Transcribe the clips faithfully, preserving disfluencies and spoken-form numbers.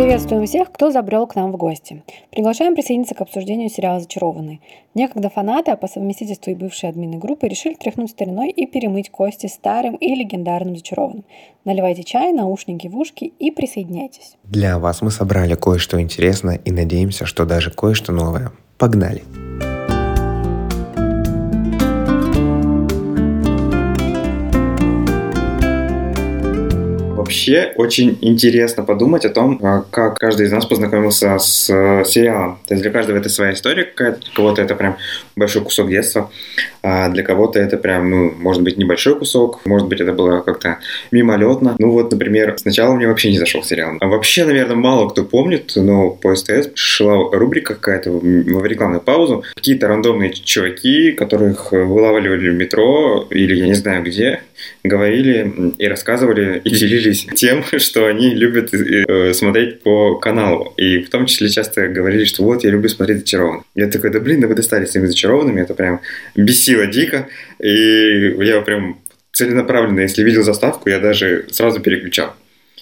Приветствуем всех, кто забрел к нам в гости. Приглашаем присоединиться к обсуждению сериала «Зачарованные». Некогда фанаты, а по совместительству и бывшие админы группы, решили тряхнуть стариной и перемыть кости старым и легендарным «Зачарованным». Наливайте чай, наушники в ушки и присоединяйтесь. Для вас мы собрали кое-что интересное и надеемся, что даже кое-что новое. Погнали! Вообще очень интересно подумать о том, как каждый из нас познакомился с сериалом. То есть для каждого это своя история какая-то, для кого-то это прям большой кусок детства, а для кого-то это прям, ну, может быть, небольшой кусок, может быть, это было как-то мимолетно. Ну вот, например, сначала мне вообще не зашел сериал. А вообще, наверное, мало кто помнит, но по СТС шла рубрика какая-то в рекламную паузу. Какие-то рандомные чуваки, которых вылавливали в метро или я не знаю где, говорили и рассказывали и делились тем, что они любят смотреть по каналу. И в том числе часто говорили, что вот, я люблю смотреть «Зачарованных». Я такой, да блин, да вы достали с этими «Зачарованными». Это прям бесило дико. И я прям целенаправленно, если видел заставку, я даже сразу переключал.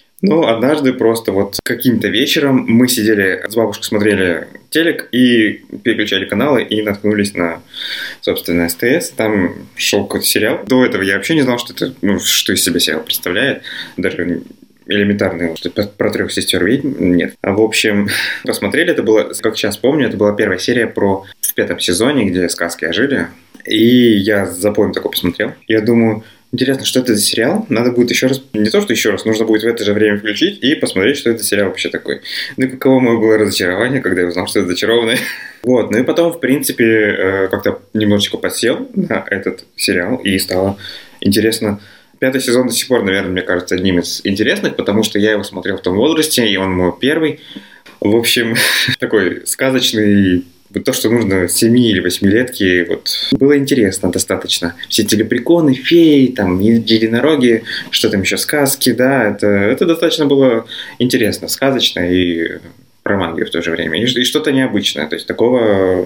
Но однажды просто вот каким-то вечером мы сидели с бабушкой, смотрели телек и переключали каналы и наткнулись на, собственно, СТС. Там шел какой-то сериал. До этого я вообще не знал, что это, ну, что из себя сериал представляет. Даже элементарно, что про трех сестер ведьм нет. А в общем, посмотрели, это было, как сейчас помню, это была первая серия про в пятом сезоне, где сказки ожили. И я за поем такой посмотрел. Я думаю, интересно, что это за сериал? Надо будет еще раз, не то, что еще раз, нужно будет в это же время включить и посмотреть, что это за сериал вообще такой. Ну и каково мое было разочарование, когда я узнал, что это «Зачарованные». Вот, ну и потом, в принципе, как-то немножечко подсел на этот сериал и стало интересно. Пятый сезон до сих пор, наверное, мне кажется, одним из интересных, потому что я его смотрел в том возрасте, и он мой первый. В общем, такой сказочный. Вот то, что нужно семи- или восьмилетке, вот, было интересно достаточно. Все эти лепреконы, феи, там, единороги, что там еще, сказки, да, это, это достаточно было интересно, сказочно и про магию в то же время. И, и что-то необычное. То есть такого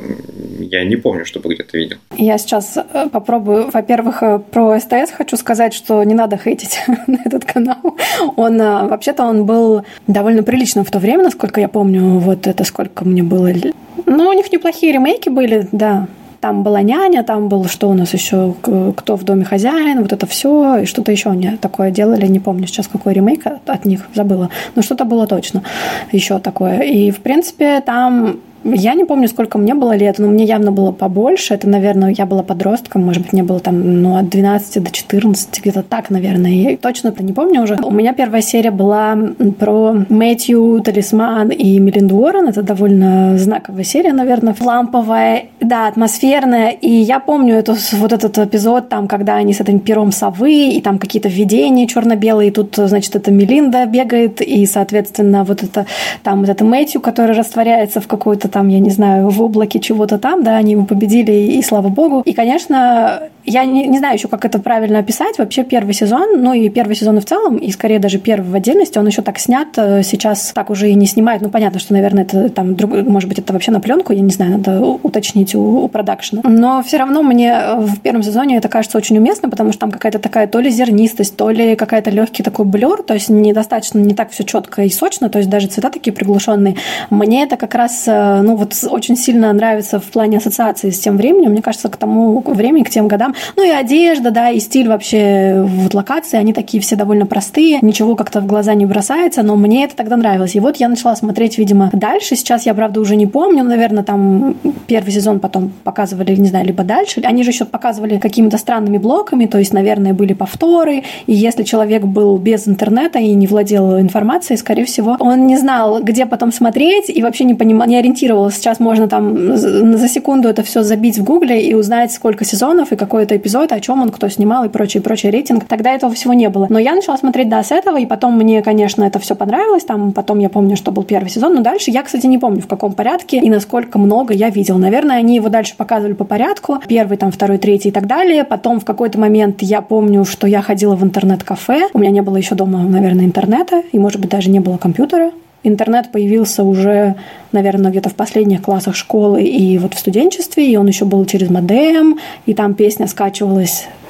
я не помню, чтобы где-то видел. Я сейчас попробую. Во-первых, про СТС хочу сказать, что не надо хейтить на этот канал. Он, вообще-то, он был довольно приличным в то время, насколько я помню. Вот это сколько мне было. Ну, у них неплохие ремейки были, да. Там была «Няня», там был, что у нас еще, «Кто в доме хозяин», вот это все, и что-то еще они такое делали, не помню сейчас, какой ремейк от, от них, забыла, но что-то было точно еще такое. И, в принципе, там... Я не помню, сколько мне было лет, но мне явно было побольше. Это, наверное, я была подростком, может быть, мне было там, ну, от двенадцати до четырнадцати, где-то так, наверное. Я точно не помню уже. У меня первая серия была про Мэтью, Талисман и Мелинду Уоррен. Это довольно знаковая серия, наверное, ламповая, да, атмосферная. И я помню эту, вот этот эпизод, там, когда они с этим пером совы, и там какие-то видения черно-белые, и тут, значит, это Мелинда бегает, и, соответственно, вот это, там, вот это Мэтью, который растворяется в какой-то там, я не знаю, в облаке чего-то там, да, они его победили, и слава богу. И, конечно, я не, не знаю еще, как это правильно описать. Вообще первый сезон, ну и первый сезон и в целом, и скорее даже первый в отдельности, он еще так снят, сейчас так уже и не снимают. Ну, понятно, что, наверное, это там, друг, может быть, это вообще на пленку, я не знаю, надо уточнить у, у продакшена. Но все равно мне в первом сезоне это кажется очень уместно, потому что там какая-то такая то ли зернистость, то ли какая-то легкий такой блер, то есть недостаточно, не так все четко и сочно, то есть даже цвета такие приглушенные. Мне это как раз, ну, вот очень сильно нравится в плане ассоциации с тем временем, мне кажется, к тому времени, к тем годам. Ну и одежда, да, и стиль вообще, вот локации, они такие все довольно простые, ничего как-то в глаза не бросается, но мне это тогда нравилось. И вот я начала смотреть, видимо, дальше. Сейчас я, правда, уже не помню, наверное, там первый сезон потом показывали, не знаю, либо дальше. Они же еще показывали какими-то странными блоками, то есть, наверное, были повторы, и если человек был без интернета и не владел информацией, скорее всего, он не знал, где потом смотреть, и вообще не понимал, не ориентировался. Сейчас можно там за секунду это все забить в гугле и узнать, сколько сезонов и какой это эпизод, о чем он, кто снимал и прочее, прочее, рейтинг. Тогда этого всего не было. Но я начала смотреть, да, с этого, и потом мне, конечно, это все понравилось. Там потом я помню, что был первый сезон, но дальше я, кстати, не помню, в каком порядке и насколько много я видела. Наверное, они его дальше показывали по порядку. Первый, там, второй, третий и так далее. Потом в какой-то момент я помню, что я ходила в интернет-кафе. У меня не было еще дома, наверное, интернета, и, может быть, даже не было компьютера. Интернет появился уже, наверное, где-то в последних классах школы и вот в студенчестве, и он еще был через модем, и там песня скачивалась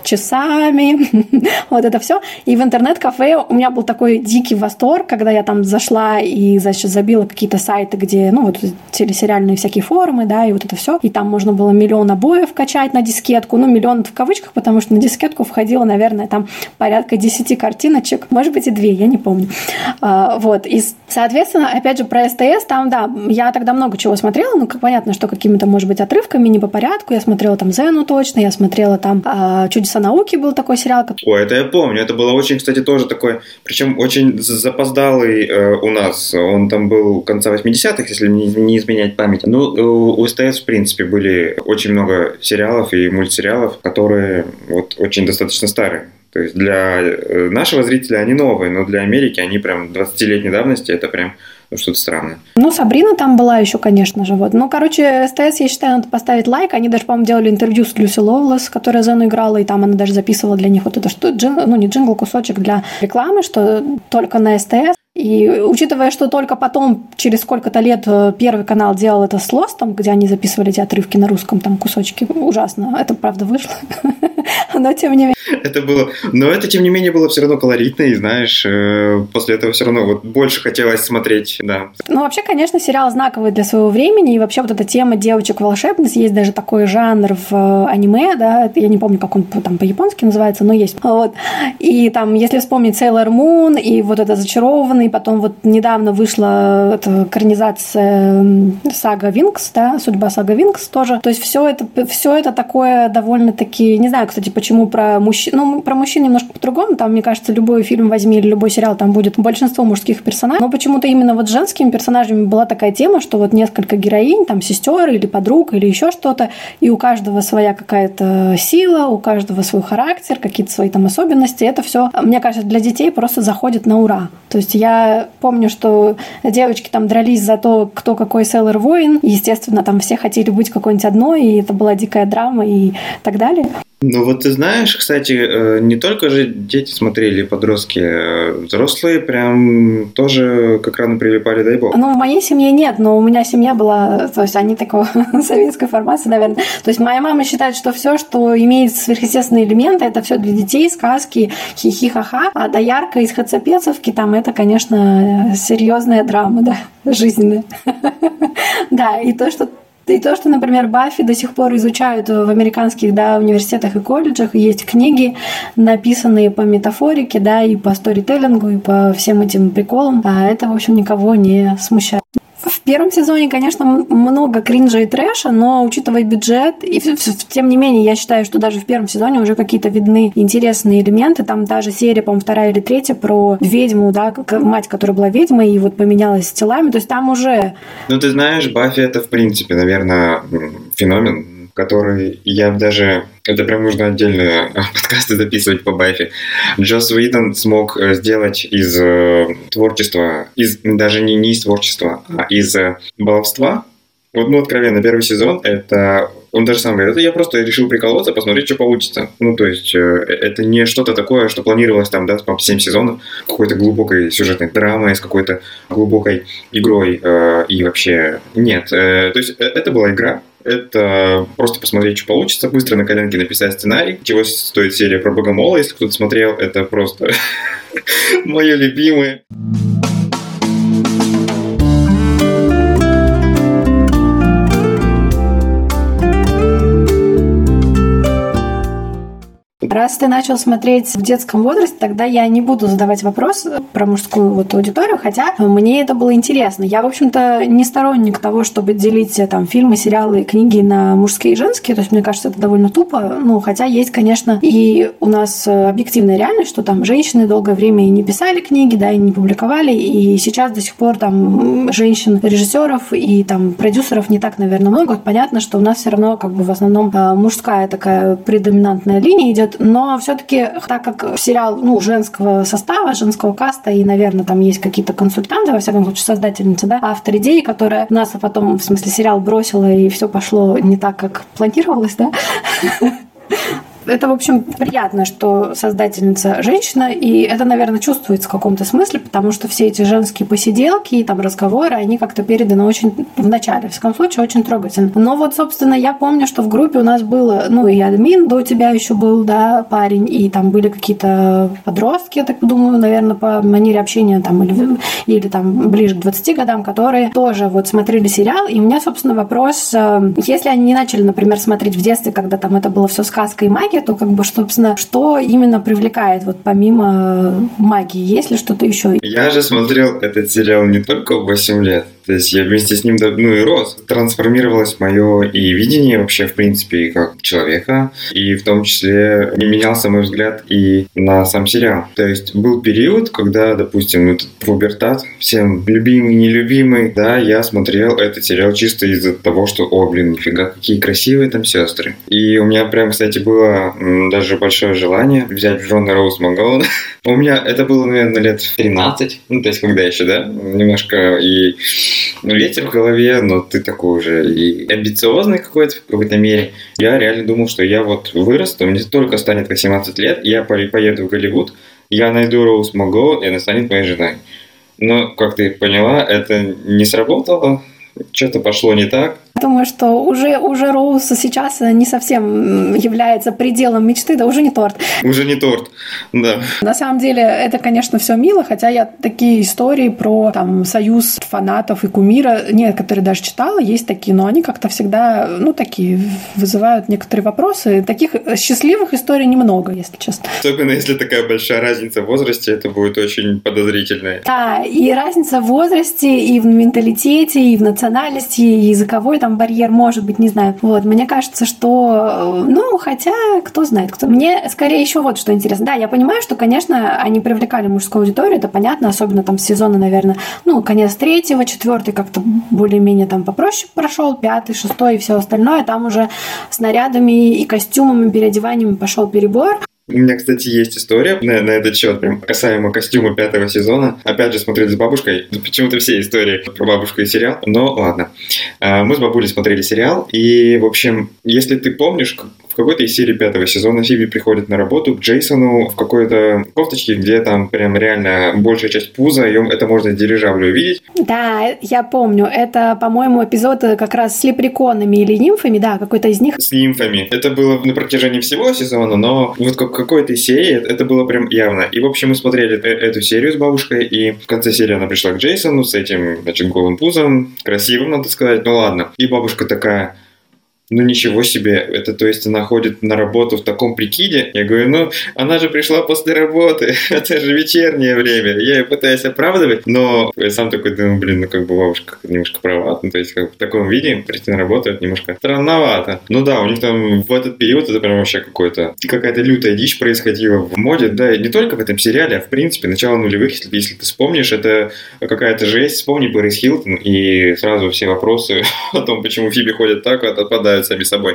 часами, вот это все. И в интернет-кафе у меня был такой дикий восторг, когда я там зашла и, значит, забила какие-то сайты, где, ну, вот телесериальные всякие форумы, да, и вот это все. И там можно было миллион обоев качать на дискетку, ну, миллион в кавычках, потому что на дискетку входило, наверное, там порядка десяти картиночек, может быть, и две, я не помню. А, вот, и, соответственно, опять же, про СТС, там, да, я тогда много чего смотрела, ну, как понятно, что какими-то, может быть, отрывками, не по порядку, я смотрела там Зену точно, я смотрела там а, «Чудеса науки», был такой сериал. Ой, это я помню, это было очень, кстати, тоже такой, причем очень запоздалый э, у нас, он там был конца восьмидесятых, если не, не изменять память. Ну, у СТС, в принципе, были очень много сериалов и мультсериалов, которые вот очень достаточно старые. То есть для нашего зрителя они новые, но для Америки они прям двадцатилетней давности, это прям ну, что-то странное. Ну, Сабрина там была еще, конечно же. Вот. Ну, короче, СТС, я считаю, надо поставить лайк. Они даже, по-моему, делали интервью с Люси Ловлес, которая Зену играла, и там она даже записывала для них вот это, что джин, ну, не джингл, кусочек для рекламы, что только на СТС. И учитывая, что только потом, через сколько-то лет, Первый канал делал это с Лостом, где они записывали эти отрывки на русском, там кусочки, ужасно. Это правда вышло. Но тем не менее. Это было... Но это, тем не менее, было все равно колоритно, и, знаешь, после этого все равно вот больше хотелось смотреть, да. Ну, вообще, конечно, сериал знаковый для своего времени, и вообще вот эта тема девочек-волшебниц, есть даже такой жанр в аниме, да, я не помню, как он там по-японски называется, но есть. Вот. И там, если вспомнить Sailor Moon, и вот это «Зачарованный», потом вот недавно вышла эта экранизация «Сага Винкс», да, «Судьба Сага Винкс» тоже. То есть все это, все это такое довольно-таки... Не знаю, кстати, почему про мужчин... Ну, про мужчин немножко по-другому. Там, мне кажется, любой фильм возьми или любой сериал, там будет большинство мужских персонажей. Но почему-то именно вот с женскими персонажами была такая тема, что вот несколько героинь, там, сестер или подруг или еще что-то, и у каждого своя какая-то сила, у каждого свой характер, какие-то свои там особенности. Это все, мне кажется, для детей просто заходит на ура. То есть я Я помню, что девочки там дрались за то, кто какой Sailor воин. Естественно, там все хотели быть какой-нибудь одной, и это была дикая драма и так далее. Ну вот ты знаешь, кстати, не только же дети смотрели, подростки, взрослые прям тоже как рано прилипали, дай бог. Ну, в моей семье нет, но у меня семья была, то есть они такого советской формации, наверное. То есть моя мама считает, что все, что имеет сверхъестественные элементы, это все для детей, сказки, хихи-ха-ха, а доярка из Хацапетовки, там это, конечно, серьезная драма, да, жизненная. Да, и то, что И то, что, например, Баффи до сих пор изучают в американских, да, университетах и колледжах, есть книги, написанные по метафорике, да, и по сторителлингу, и по всем этим приколам, а это, в общем, никого не смущает. В первом сезоне, конечно, много кринжа и трэша, но учитывая бюджет, и тем не менее, я считаю, что даже в первом сезоне уже какие-то видны интересные элементы. Там даже серия, по-моему, вторая или третья про ведьму, да, мать, которая была ведьмой и вот поменялась телами. То есть там уже... Ну, ты знаешь, Баффи — это, в принципе, наверное, феномен, который я даже... Это прям нужно отдельно подкасты записывать по Баффи. Джосс Уидон смог сделать из творчества, из, даже не, не из творчества, а из баловства. Вот, ну, откровенно, первый сезон, это... Он даже сам говорит, это я просто решил приколоться, посмотреть, что получится. Ну, то есть, это не что-то такое, что планировалось там, да, по семь сезонов, какой-то глубокой сюжетной драмой, с какой-то глубокой игрой э, и вообще... Нет, э, то есть, это была игра. Это просто посмотреть, что получится, быстро на коленке написать сценарий. Чего стоит серия про Богомола, если кто-то смотрел, это просто мое любимое. Раз ты начал смотреть в детском возрасте, тогда я не буду задавать вопрос про мужскую вот аудиторию, хотя мне это было интересно. Я, в общем-то, не сторонник того, чтобы делить там фильмы, сериалы и книги на мужские и женские, то есть мне кажется, это довольно тупо, ну, хотя есть, конечно, и у нас объективная реальность, что там женщины долгое время и не писали книги, да, и не публиковали, и сейчас до сих пор там женщин-режиссеров и там продюсеров не так, наверное, много. Понятно, что у нас все равно как бы в основном мужская такая предоминантная линия идет, но все-таки, так как сериал, ну, женского состава, женского каста, и, наверное, там есть какие-то консультанты, во всяком случае, создательницы, да, автор идеи, которая нас потом, в смысле, сериал бросила, и все пошло не так, как планировалось, да, Это, в общем, приятно, что создательница женщина, и это, наверное, чувствуется в каком-то смысле, потому что все эти женские посиделки и там разговоры, они как-то переданы очень в начале, в всяком случае, очень трогательно. Но вот, собственно, я помню, что в группе у нас было, ну, и админ до тебя еще был, да, парень, и там были какие-то подростки, я так думаю, наверное, по манере общения там, или, или там ближе к двадцати годам, которые тоже вот смотрели сериал, и у меня, собственно, вопрос, если они не начали, например, смотреть в детстве, когда там это было все сказка и магия, то как бы, собственно, что именно привлекает вот помимо магии? Есть ли что-то еще? Я же смотрел этот сериал не только в восемь лет. То есть я вместе с ним, ну и рос. Трансформировалось мое и видение вообще, в принципе, и как человека, и в том числе менялся мой взгляд и на сам сериал. То есть был период, когда, допустим, ну, пубертат, всем любимый, нелюбимый, да, я смотрел этот сериал чисто из-за того, что, о, блин, нифига, какие красивые там сестры. И у меня прям, кстати, было м, даже большое желание взять в жены Роуз МакГоwan. У меня это было, наверное, лет тринадцать, ну, то есть когда еще, да, немножко и ветер в голове, но ты такой уже и амбициозный какой-то в какой-то мере. Я реально думал, что я вот вырасту, мне только станет восемнадцать лет, я поеду в Голливуд, я найду Роуз МакГоwan, и она станет моей женой. Но, как ты поняла, это не сработало, что-то пошло не так. Думаю, что уже, уже Роуз сейчас не совсем является пределом мечты, да уже не торт. Уже не торт, да. На самом деле это, конечно, все мило, хотя я такие истории про там союз фанатов и кумира, некоторые даже читала, есть такие, но они как-то всегда, ну, такие, вызывают некоторые вопросы. Таких счастливых историй немного, если честно. Особенно если такая большая разница в возрасте, это будет очень подозрительно. Да, и разница в возрасте, и в менталитете, и в национальности, и языковой там барьер, может быть, не знаю. Вот, мне кажется, что, ну, хотя, кто знает, кто. Мне скорее еще вот что интересно. Да, я понимаю, что, конечно, они привлекали мужскую аудиторию, это понятно, особенно там с сезона, наверное, ну, конец третьего, четвертый как-то более-менее там попроще прошел, пятый, шестой и все остальное, там уже с нарядами и костюмами, переодеваниями пошел перебор. У меня, кстати, есть история на, на этот счет, прям касаемо костюма пятого сезона. Опять же, смотрели с бабушкой. Почему-то все истории про бабушку и сериал. Но ладно. Мы с бабулей смотрели сериал. И, в общем, если ты помнишь, в какой-то из серий пятого сезона Фиби приходит на работу к Джейсону в какой-то кофточке, где там прям реально большая часть пуза, ее это можно с дирижабля увидеть. Да, я помню. Это, по-моему, эпизод как раз с лепреконами или нимфами, да, какой-то из них. С нимфами. Это было на протяжении всего сезона, но вот как какой-то из серии это было прям явно. И, в общем, мы смотрели эту серию с бабушкой, и в конце серии она пришла к Джейсону с этим, значит, голым пузом, красивым, надо сказать, ну ладно. И бабушка такая... Ну ничего себе, это то есть она ходит на работу в таком прикиде? Я говорю, ну она же пришла после работы, это же вечернее время. Я ее пытаюсь оправдывать, но я сам такой думаю, блин, ну как бы бабушка немножко права. Ну то есть как в таком виде прийти на работу это немножко странновато. Ну да, у них там в этот период это прям вообще какой-то, какая-то лютая дичь происходила в моде, да, и не только в этом сериале, а в принципе начало нулевых, если, если ты вспомнишь, это какая-то жесть. Вспомни Пэрис Хилтон и сразу все вопросы о том, почему Фиби ходят так, отпадают сами собой.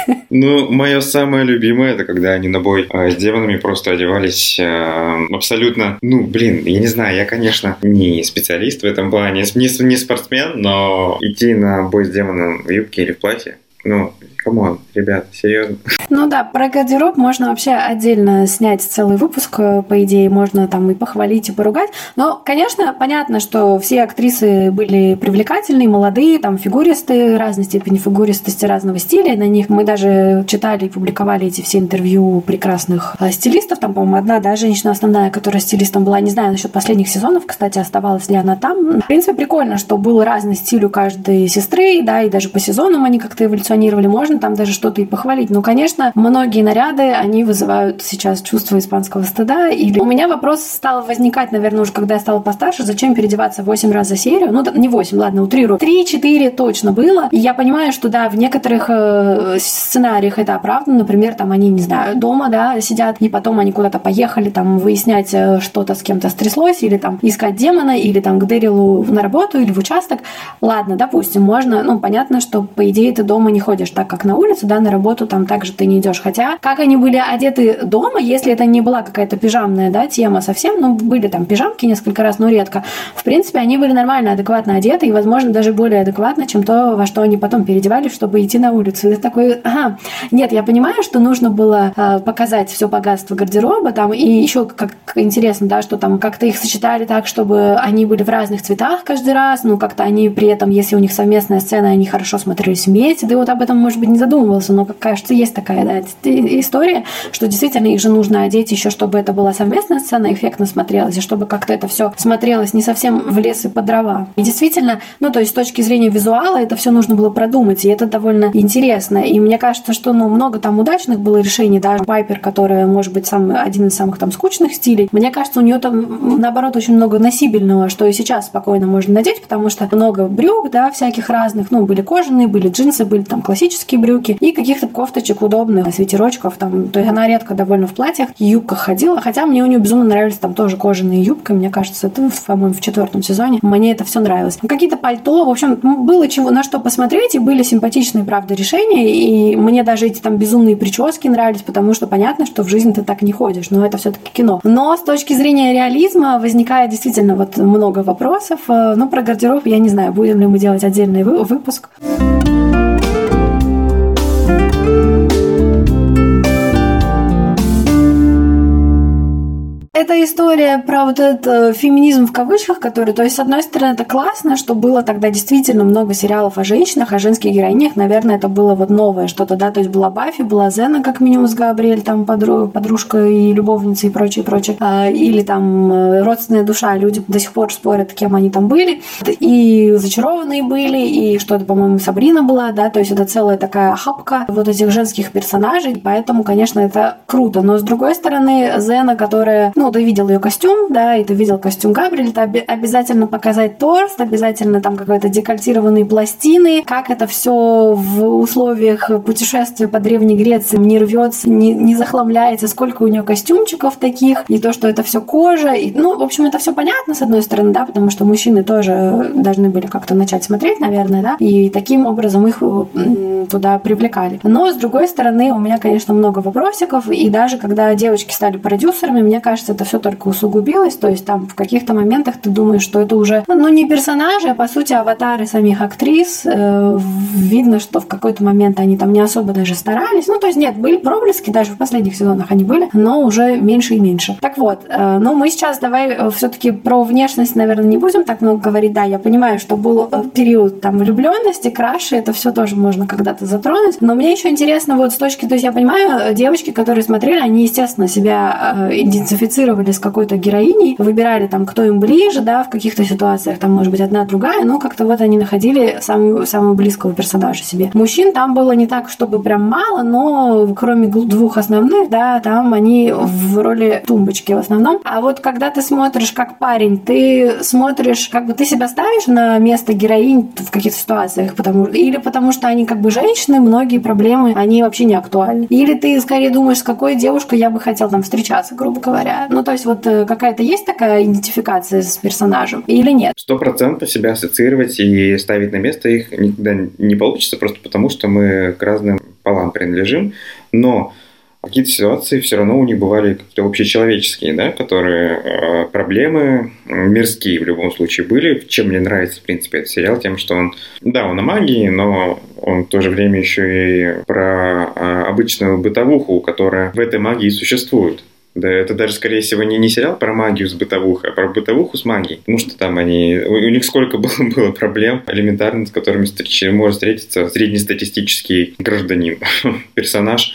Ну, мое самое любимое, это когда они на бой э, с демонами просто одевались э, абсолютно, ну, блин, я не знаю, я, конечно, не специалист в этом плане, не, не спортсмен, но идти на бой с демоном в юбке или в платье, ну, камон, ребят, серьезно. Ну да, про гардероб можно вообще отдельно снять целый выпуск, по идее, можно там и похвалить, и поругать. Но, конечно, понятно, что все актрисы были привлекательные, молодые, там фигуристы, разной степени фигуристости, разного стиля. На них мы даже читали и публиковали эти все интервью прекрасных стилистов. Там, по-моему, одна, да, женщина основная, которая стилистом была, не знаю насчет последних сезонов, кстати, оставалась ли она там. В принципе, прикольно, что был разный стиль у каждой сестры, да, и даже по сезонам они как-то эволюционировали. Можно там даже что-то и похвалить. Но, конечно, многие наряды, они вызывают сейчас чувство испанского стыда. Или у меня вопрос стал возникать, наверное, уже когда я стала постарше, зачем переодеваться восемь раз за серию? Ну, не восемь, ладно, утрирую. три-четыре точно было. И я понимаю, что, да, в некоторых э, сценариях это оправдано. Например, там они, не знаю, дома, да, сидят, и потом они куда-то поехали, там, выяснять, что-то с кем-то стряслось, или там искать демона, или там к Дэрилу на работу, или в участок. Ладно, допустим, можно, ну, понятно, что, по идее, ты дома не не ходишь так, как на улице, да, на работу там также ты не идешь. Хотя, как они были одеты дома, если это не была какая-то пижамная, да, тема совсем, ну, были там пижамки несколько раз, но редко. В принципе, они были нормально, адекватно одеты, и, возможно, даже более адекватно, чем то, во что они потом переодевались, чтобы идти на улицу. Это такой, ага, нет, я понимаю, что нужно было э, показать все богатство гардероба, там, и еще как интересно, да, что там как-то их сочетали так, чтобы они были в разных цветах каждый раз, ну, как-то они при этом, если у них совместная сцена, они хорошо смотрелись вместе, ты вот об этом, может быть, не задумывался, но, как кажется, есть такая, да, история, что действительно их же нужно одеть еще, чтобы это была совместная сцена, эффектно смотрелась, и чтобы как-то это все смотрелось не совсем в лес и под дрова. И действительно, ну, то есть с точки зрения визуала это все нужно было продумать, и это довольно интересно. И мне кажется, что, ну, много там удачных было решений, даже Пайпер, которая, может быть, сам, один из самых там скучных стилей, мне кажется, у нее там, наоборот, очень много носибельного, что и сейчас спокойно можно надеть, потому что много брюк, да, всяких разных, ну, были кожаные, были джинсы, были там классические брюки и каких-то кофточек удобных, свитерочков, там, то есть она редко довольно в платьях и юбках ходила, хотя мне у нее безумно нравились там тоже кожаные юбки, мне кажется, это, по-моему, в четвертом сезоне, мне это все нравилось. Какие-то пальто, в общем, было чего, на что посмотреть, и были симпатичные, правда, решения, и мне даже эти там безумные прически нравились, потому что понятно, что в жизни ты так не ходишь, но это все-таки кино. Но с точки зрения реализма возникает действительно вот много вопросов, но про гардероб я не знаю, будем ли мы делать отдельный выпуск. Это история про вот этот феминизм в кавычках, который, то есть, с одной стороны, это классно, что было тогда действительно много сериалов о женщинах, о женских героинях. Наверное, это было вот новое что-то, да, то есть была Баффи, была Зена, как минимум, с Габриэль, там подруг, подружка и любовница и прочее, прочее. Или там родственная душа, люди до сих пор спорят, кем они там были. И зачарованные были, и что-то, по-моему, Сабрина была, да, то есть это целая такая хапка вот этих женских персонажей, поэтому, конечно, это круто. Но, с другой стороны, Зена, которая, ну, ты видел ее костюм, да, и ты видел костюм Габриэль, это об- обязательно показать торс, обязательно там какие-то декольтированные пластины, как это все в условиях путешествия по Древней Греции не рвется, не, не захламляется, сколько у нее костюмчиков таких, и то, что это все кожа, и, ну, в общем, это все понятно, с одной стороны, да, потому что мужчины тоже должны были как-то начать смотреть, наверное, да, и таким образом их м, туда привлекали. Но, с другой стороны, у меня, конечно, много вопросиков, и даже когда девочки стали продюсерами, мне кажется, это все только усугубилось, то есть там в каких-то моментах ты думаешь, что это уже, ну, не персонажи, а по сути аватары самих актрис. Э, видно, что в какой-то момент они там не особо даже старались. Ну, то есть нет, были проблески, даже в последних сезонах они были, но уже меньше и меньше. Так вот, э, ну, мы сейчас давай все-таки про внешность, наверное, не будем так много говорить. Да, я понимаю, что был период там влюбленности, краши, это все тоже можно когда-то затронуть, но мне еще интересно вот с точки, то есть я понимаю, девочки, которые смотрели, они, естественно, себя э, идентифицировали с какой-то героиней, выбирали там, кто им ближе, да, в каких-то ситуациях, там, может быть, одна, другая, но как-то вот они находили самого, самого близкого персонажа себе. Мужчин там было не так, чтобы прям мало, но кроме двух основных, да, там они в роли тумбочки в основном. А вот когда ты смотришь как парень, ты смотришь, как бы ты себя ставишь на место героинь в каких-то ситуациях, потому, или потому что они как бы женщины, многие проблемы, они вообще не актуальны. Или ты скорее думаешь, с какой девушкой я бы хотел там встречаться, грубо говоря. Ну, то есть вот какая-то есть такая идентификация с персонажем или нет? Сто процентов себя ассоциировать и ставить на место их никогда не получится, просто потому что мы к разным полам принадлежим, но какие-то ситуации все равно у них бывали какие-то общечеловеческие, да, которые э, проблемы мирские в любом случае были. Чем мне нравится, в принципе, этот сериал, тем, что он, да, он о магии, но он в то же время еще и про э, обычную бытовуху, которая в этой магии существует. Да, это даже, скорее всего, не, не сериал про магию с бытовухой, а про бытовуху с магией. Потому что там они... У, у них сколько было, было проблем элементарно, с которыми встреч, может встретиться среднестатистический гражданин, персонаж.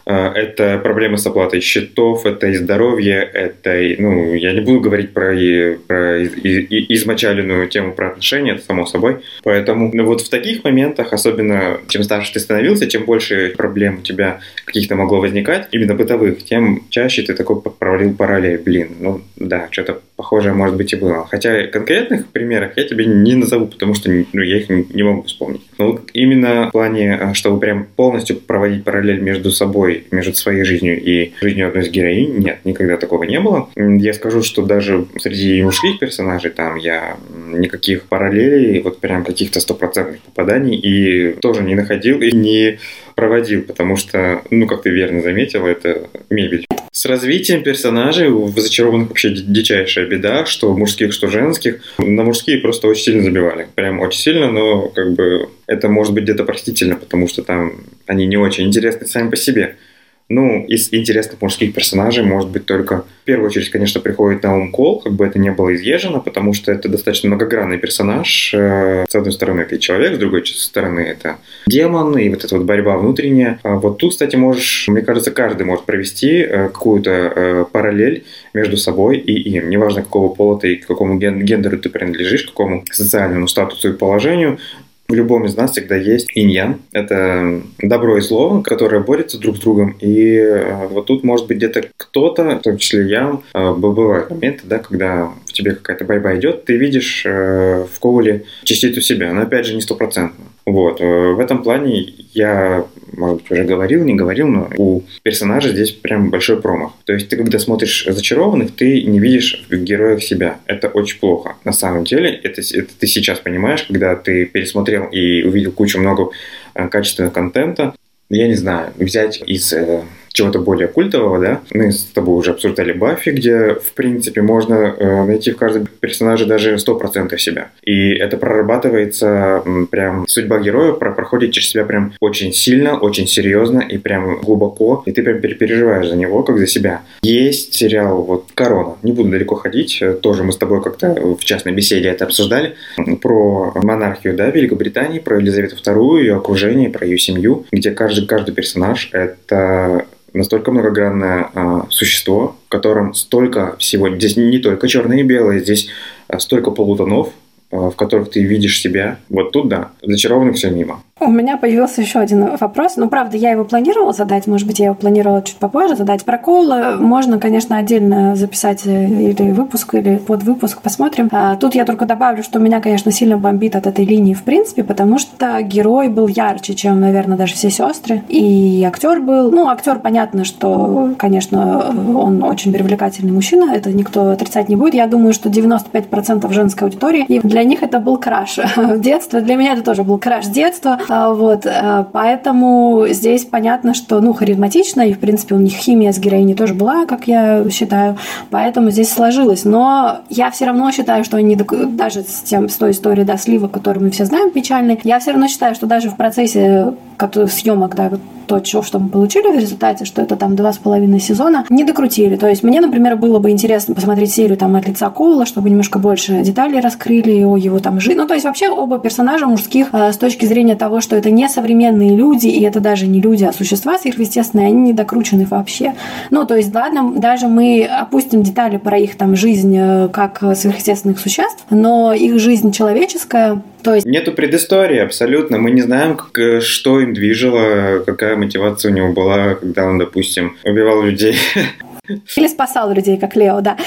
Это проблемы с оплатой счетов, это и здоровье, это, и, ну, я не буду говорить про, и, про и, и, измочаленную тему про отношения, это само собой. Поэтому ну, вот в таких моментах, особенно чем старше ты становился, чем больше проблем у тебя каких-то могло возникать, именно бытовых, тем чаще ты такой провалил параллель. Блин, ну да, что-то похожее может быть и было. Хотя конкретных примеров я тебе не назову, потому что ну, я их не, не могу вспомнить. Но вот именно в плане, чтобы прям полностью проводить параллель между собой собой, между своей жизнью и жизнью одной из героинь, нет, никогда такого не было. Я скажу, что даже среди мужских персонажей там я никаких параллелей, вот прям каких-то стопроцентных попаданий и тоже не находил и не проводил, потому что, ну, как ты верно заметила, это мебель. С развитием персонажей в «Зачарованных» вообще дичайшая беда, что мужских, что женских. На мужские просто очень сильно забивали. Прям очень сильно, но как бы это может быть где-то простительно, потому что там они не очень интересны сами по себе. Ну, из интересных мужских персонажей, может быть, только в первую очередь, конечно, приходит на ум Кол, как бы это ни было изъезжено, потому что это достаточно многогранный персонаж. С одной стороны, это человек, с другой стороны, это демон, и вот эта вот борьба внутренняя. А вот тут, кстати, можешь, мне кажется, каждый может провести какую-то параллель между собой и им. Неважно, какого пола ты, к какому гендеру ты принадлежишь, к какому социальному статусу и положению. В любом из нас всегда есть инь-ян. Это добро и зло, которые борются друг с другом. И вот тут, может быть, где-то кто-то, в том числе я, бывают моменты, да, когда в тебе какая-то борьба идет, ты видишь в Коуле частицу себя, но опять же не стопроцентно. Вот. В этом плане я, может быть, уже говорил, не говорил, но у персонажа здесь прям большой промах. То есть ты, когда смотришь «Зачарованных», ты не видишь в героях себя. Это очень плохо. На самом деле, это, это ты сейчас понимаешь, когда ты пересмотрел и увидел кучу много качественного контента. Я не знаю, взять из э, чего-то более культового, да, мы с тобой уже обсуждали Баффи, где, в принципе, можно э, найти в каждом персонаже даже сто процентов себя. И это прорабатывается м, прям, судьба героя про- проходит через себя прям очень сильно, очень серьезно и прям глубоко, и ты прям переживаешь за него, как за себя. Есть сериал, вот, «Корона», не буду далеко ходить, тоже мы с тобой как-то в частной беседе это обсуждали, про монархию, да, Великобритании, про Елизавету вторую, ее окружение, про ее семью, где каждый Каждый персонаж — это настолько многогранное э, существо, в котором столько всего. Здесь не только черное и белое, здесь э, столько полутонов, э, в которых ты видишь себя. Вот тут, да, «Зачарованных» все мимо. У меня появился еще один вопрос. Ну, правда, я его планировала задать, может быть, я его планировала чуть попозже задать. Про Коула можно, конечно, отдельно записать или выпуск, или подвыпуск, посмотрим. А тут я только добавлю, что меня, конечно, сильно бомбит от этой линии в принципе, потому что герой был ярче, чем, наверное, даже все сестры. И актер был... Ну, актер, понятно, что, конечно, он очень привлекательный мужчина, это никто отрицать не будет. Я думаю, что девяносто пять процентов женской аудитории, и для них это был краш детства. Для меня это тоже был краш детства. Вот, поэтому здесь понятно, что, ну, харизматично, и, в принципе, у них химия с героиней тоже была, как я считаю, поэтому здесь сложилось. Но я все равно считаю, что они, даже с, тем, с той историей, да, слива, которую мы все знаем, печальной, я все равно считаю, что даже в процессе съемок, да, то, что мы получили в результате, что это там два с половиной сезона, не докрутили. То есть мне, например, было бы интересно посмотреть серию там от лица Коула, чтобы немножко больше деталей раскрыли о его там жизни. Ну, то есть вообще оба персонажа мужских э, с точки зрения того, что это не современные люди, и это даже не люди, а существа сверхъестественные, они не докручены вообще. Ну, то есть, ладно, даже мы опустим детали про их там жизнь э, как сверхъестественных существ, но их жизнь человеческая, то есть... Нету предыстории абсолютно. Мы не знаем, как, что им движило, какая мотивация у него была, когда он, допустим, убивал людей. Или спасал людей, как Лео, да.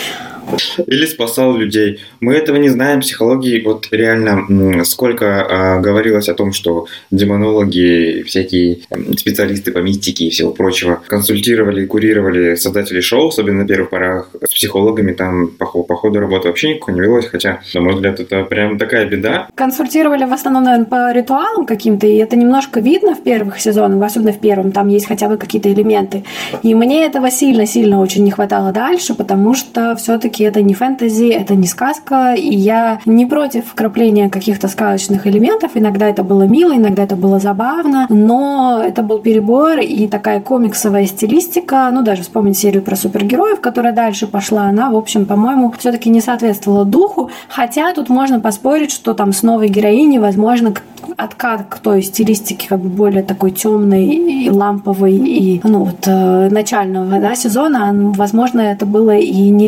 Или спасал людей. Мы этого не знаем. Психологии, вот реально, сколько а, говорилось о том, что демонологи, всякие специалисты по мистике и всего прочего консультировали и курировали создателей шоу, особенно на первых порах, с психологами там по, по ходу работы вообще никакой не велось, хотя, на мой взгляд, это прям такая беда. Консультировали в основном, наверное, по ритуалам каким-то, и это немножко видно в первых сезонах, особенно в первом, там есть хотя бы какие-то элементы. И мне этого сильно-сильно очень не хватало дальше, потому что все-таки это не фэнтези, это не сказка, и я не против вкрапления каких-то сказочных элементов. Иногда это было мило, иногда это было забавно, но это был перебор и такая комиксовая стилистика. Ну, даже вспомнить серию про супергероев, которая дальше пошла, она, в общем, по-моему, все-таки не соответствовала духу. Хотя тут можно поспорить, что там с новой героиней, возможно, откат к той стилистике как бы более такой темной и ламповой и, ну, вот, начального, да, сезона, возможно, это было и нереально уже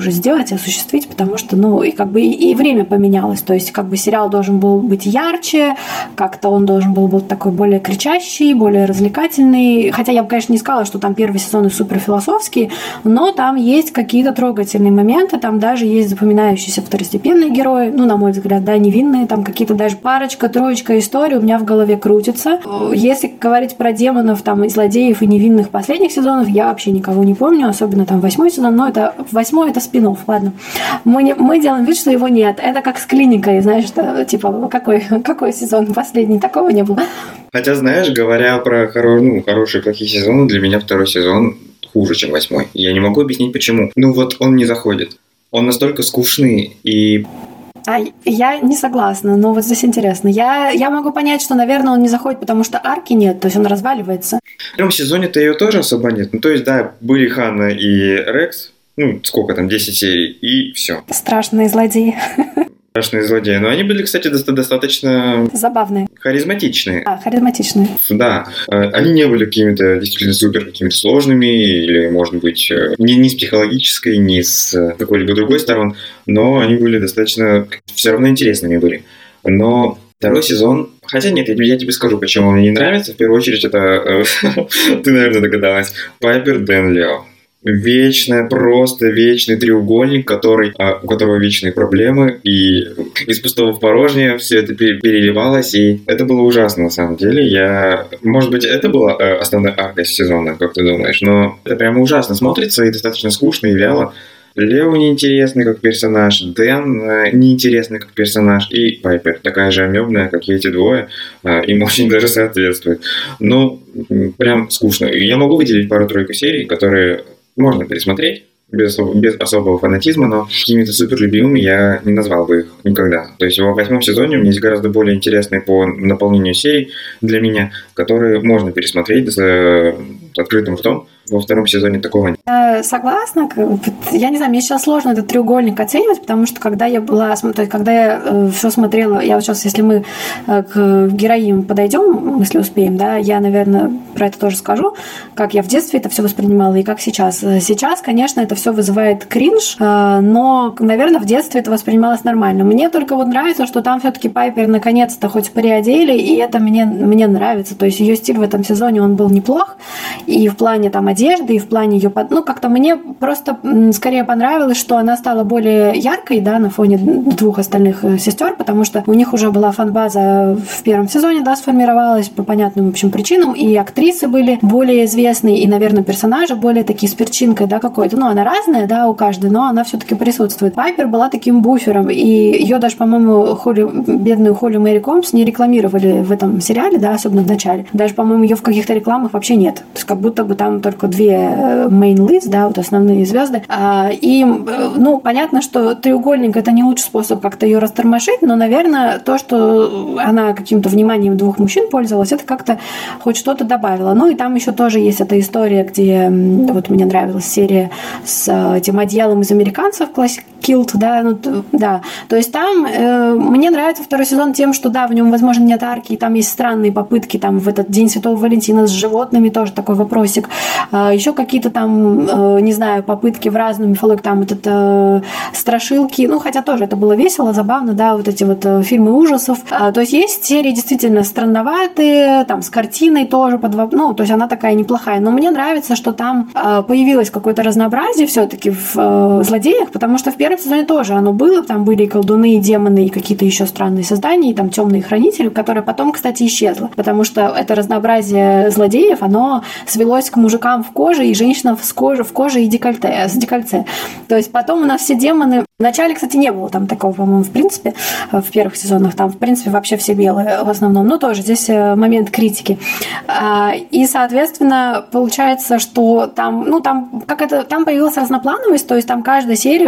тоже сделать и осуществить, потому что, ну, и как бы и, и время поменялось. То есть, как бы сериал должен был быть ярче, как-то он должен был быть такой более кричащий, более развлекательный. Хотя я бы, конечно, не сказала, что там первые сезоны суперфилософские, но там есть какие-то трогательные моменты, там даже есть запоминающиеся второстепенные герои, ну, на мой взгляд, да, невинные, там какие-то даже парочка, троечка историй у меня в голове крутится. Если говорить про демонов, там, и злодеев, и невинных последних сезонов, я вообще никого не помню, особенно там восьмой сезон, но это восьмой это спин-офф, ладно. Мы, не, мы делаем вид, что его нет. Это как с клиникой, знаешь, что, типа, какой, какой сезон последний, такого не было. Хотя, знаешь, говоря про хоро... ну, хорошие и плохие сезоны, для меня второй сезон хуже, чем восьмой. Я не могу объяснить, почему. Ну вот он не заходит. Он настолько скучный и... А я не согласна, но вот здесь интересно. Я, я могу понять, что, наверное, он не заходит, потому что арки нет, то есть он разваливается. В первом сезоне-то ее тоже особо нет. Ну, то есть, да, были Ханна и Рекс, ну, сколько там, десять серий, и все. Страшные злодеи. Страшные злодеи. Но они были, кстати, достаточно... Забавные. Харизматичные. А, харизматичные. Да. Они не были какими-то действительно супер какими-то сложными, или, может быть, ни, ни с психологической, ни с какой-либо другой стороны, но они были достаточно... все равно интересными были. Но второй сезон... Хотя нет, я тебе скажу, почему он мне не нравится. В первую очередь, это... Ты, наверное, догадалась. Пайпер Денлио. Вечная, просто вечный треугольник, который, у которого вечные проблемы, и из пустого в порожнее все это переливалось, и это было ужасно на самом деле. Я, может быть, это была основная арка сезона, как ты думаешь, но это прямо ужасно смотрится и достаточно скучно и вяло. Лео неинтересный как персонаж, Дэн неинтересный как персонаж, и Пайпер такая же амебная, как и эти двое, им очень даже соответствует. Но прям скучно. Я могу выделить пару-тройку серий, которые можно пересмотреть, без, без особого фанатизма, но какими-то суперлюбимыми я не назвал бы их никогда. То есть во восьмом сезоне у меня есть гораздо более интересные по наполнению серий для меня, которые можно пересмотреть с открытым ртом. Во втором сезоне такого нет. Я согласна. Я не знаю, мне сейчас сложно этот треугольник оценивать, потому что когда я была, то есть когда я э, все смотрела, я вот сейчас, если мы э, к героиням подойдем, если успеем, да, я, наверное, про это тоже скажу, как я в детстве это все воспринимала и как сейчас. Сейчас, конечно, это все вызывает кринж, э, но, наверное, в детстве это воспринималось нормально. Мне только вот нравится, что там все-таки Пайпер наконец-то хоть переодели, и это мне, мне нравится. То есть ее стиль в этом сезоне, он был неплох, и в плане там одежды, и в плане ее... Ну, как-то мне просто скорее понравилось, что она стала более яркой, да, на фоне двух остальных сестер, потому что у них уже была фан-база в первом сезоне, да, сформировалась по понятным, в общем, причинам, и актрисы были более известные, и, наверное, персонажи более такие с перчинкой, да, какой-то. Ну, она разная, да, у каждой, но она все-таки присутствует. Пайпер была таким буфером, и ее даже, по-моему, Холли, бедную Холли Мэри Комбс не рекламировали в этом сериале, да, особенно в начале. Даже, по-моему, ее в каких-то рекламах вообще нет. То есть, как будто бы там только две main leads, да, вот основные звезды. И, ну, понятно, что треугольник — это не лучший способ как-то ее растормошить, но, наверное, то, что она каким-то вниманием двух мужчин пользовалась, это как-то хоть что-то добавило. Ну, и там еще тоже есть эта история, где, вот мне нравилась серия с этим одеялом из американцев, Classic Kilt, да, ну, да. То есть там э, мне нравится второй сезон тем, что, да, в нем, возможно, нет арки, и там есть странные попытки, там, в этот День Святого Валентина с животными тоже такой вопросик. Э, еще какие-то там, э, не знаю, попытки в разную мифологию, там, этот э, страшилки, ну, хотя тоже это было весело, забавно, да, вот эти вот э, фильмы ужасов. Э, то есть есть серии действительно странноватые, там, с картиной тоже, под, ну, то есть она такая неплохая, но мне нравится, что там э, появилось какое-то разнообразие все-таки в э, злодеях, потому что в первом сезоне тоже оно было, там были и колдуны, и демоны, и какие-то еще странные создания, и там темные хранители, которые потом, кстати, исчезло, потому что это разнообразие злодеев, оно свелось к мужикам в коже и женщинам в коже, в коже и декольте, с декольте. То есть потом у нас все демоны... Вначале, кстати, не было там такого, по-моему, в принципе, в первых сезонах, там, в принципе, вообще все белые в основном, но тоже здесь момент критики. И, соответственно, получается, что там, ну, там, как это, там появилась разноплановость, то есть там каждая серия, в ней был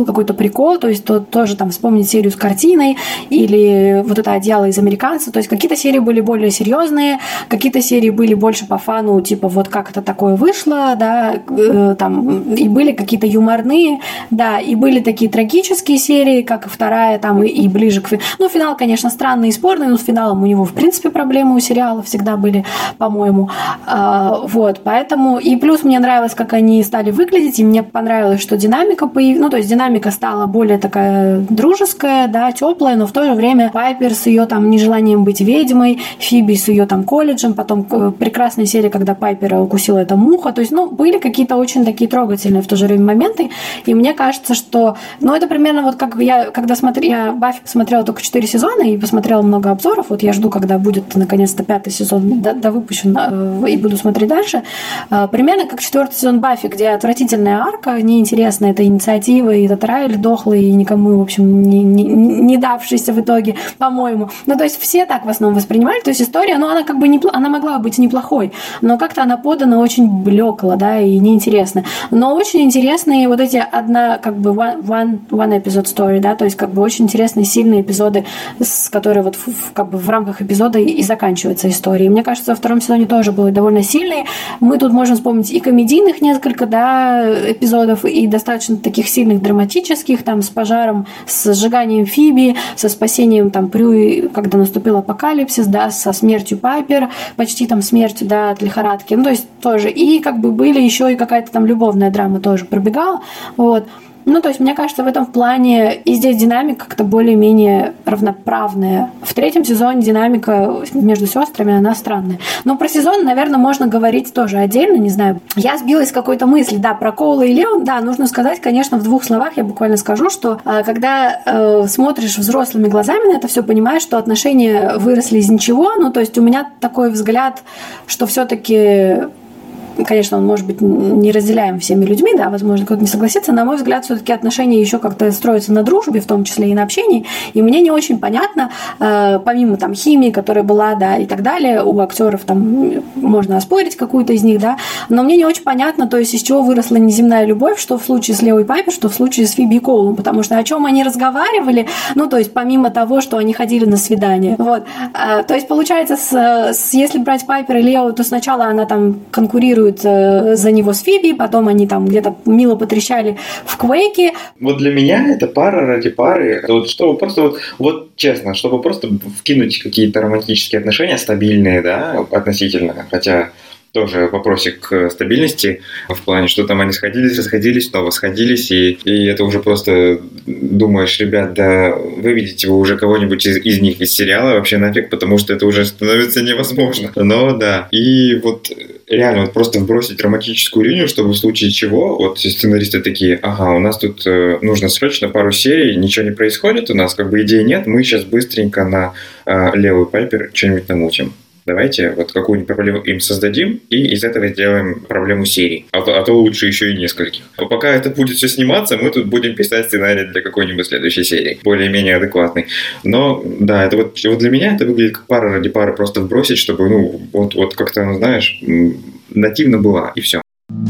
какой-то прикол, то есть то, тоже там вспомнить серию с картиной или вот это одеяло из «Американца», то есть какие-то серии были более серьезные, какие-то серии были больше по фану, типа вот как это такое вышло, да, э, там, и были какие-то юморные, да, и были такие трагические серии, как и вторая, там, и, и ближе к... Ну, финал, конечно, странный и спорный, но с финалом у него, в принципе, проблемы у сериала всегда были, по-моему. А, вот, поэтому... И плюс мне нравилось, как они стали выглядеть, и мне понравилось, что динамика появилась, ну, то есть динамика стала более такая дружеская, да, теплая, но в то же время Пайпер с ее там нежеланием быть ведьмой, Фиби с ее там колледжем, потом прекрасная серия, когда Пайпера укусила эта муха, то есть, ну, были какие-то очень такие трогательные в то же время моменты, и мне кажется, что, ну, это примерно вот как я, когда смотрела, я Баффи посмотрела только четыре сезона и посмотрела много обзоров, вот я жду, когда будет наконец-то пятый сезон довыпущен, и буду смотреть дальше, примерно как четвертый сезон Баффи, где отвратительная арка, неинтересная эта инициатива, и этот Райли дохлый, и никому, в общем, не, не, не давшийся в итоге, по-моему. Ну, то есть все так в основном воспринимали, то есть история, ну, она как бы не, она могла быть неплохой, но как-то она подана очень блекло, да, и неинтересно. Но очень интересные вот эти одна, как бы, one, one, one episode story, да, то есть как бы очень интересные, сильные эпизоды, с которые вот в, как бы в рамках эпизода и, и заканчивается история. И мне кажется, во втором сезоне тоже были довольно сильные. Мы тут можем вспомнить и комедийных несколько, да, эпизодов, и достаточно таких сильных драматических, там, с пожаром, с сжиганием Фиби, со спасением там Прю, когда наступил апокалипсис, да, со смертью Пайпер, почти там смертью, да, от лихорадки. Ну, то есть тоже. И как бы были еще и какая-то там любовная драма тоже пробегала. Вот. Ну, то есть, мне кажется, в этом плане и здесь динамика как-то более-менее равноправная. В третьем сезоне динамика между сестрами, она странная. Но про сезон, наверное, можно говорить тоже отдельно, не знаю. Я сбилась с какой-то мысли, да, про Коула и Леон, да, нужно сказать, конечно, в двух словах я буквально скажу, что э, когда э, смотришь взрослыми глазами на это все, понимаешь, что отношения выросли из ничего, ну, то есть у меня такой взгляд, что все-таки... Конечно, он, может быть, не разделяем всеми людьми, да, возможно, кто-то не согласится. На мой взгляд, все-таки отношения еще как-то строятся на дружбе, в том числе и на общении. И мне не очень понятно, э, помимо там химии, которая была, да, и так далее, у актеров там можно оспорить какую-то из них, да, но мне не очень понятно, то есть из чего выросла неземная любовь, что в случае с Лео Пайпер, что в случае с Фиби и Коулом, потому что о чем они разговаривали, ну, то есть помимо того, что они ходили на свидание, вот. Э, то есть получается, с, с, если брать Пайпер и Лео, то сначала она там конкурирует за него с Фиби, потом они там где-то мило потрещали в Квейке. Вот для меня это пара ради пары, вот, чтобы просто, вот, вот честно, чтобы просто вкинуть какие-то романтические отношения, стабильные, да, относительно, хотя тоже вопросик к стабильности, в плане, что там они сходились, расходились, снова сходились, и, и это уже просто думаешь, ребят, да выведите вы уже кого-нибудь из, из них из сериала вообще нафиг, потому что это уже становится невозможно. Но да, и вот реально вот просто вбросить романтическую линию, чтобы в случае чего, вот сценаристы такие, ага, у нас тут э, нужно срочно пару серий, ничего не происходит, у нас как бы идей нет, мы сейчас быстренько на э, Лео и Пайпер что-нибудь намутим. Давайте вот какую-нибудь проблему им создадим и из этого сделаем проблему серии. А то, а то лучше еще и нескольких. А пока это будет все сниматься, мы тут будем писать сценарий для какой-нибудь следующей серии. Более-менее адекватный. Но да, это вот, вот для меня это выглядит как пара ради пары просто вбросить, чтобы, ну, вот, вот как-то, ну, знаешь, нативно была, и все.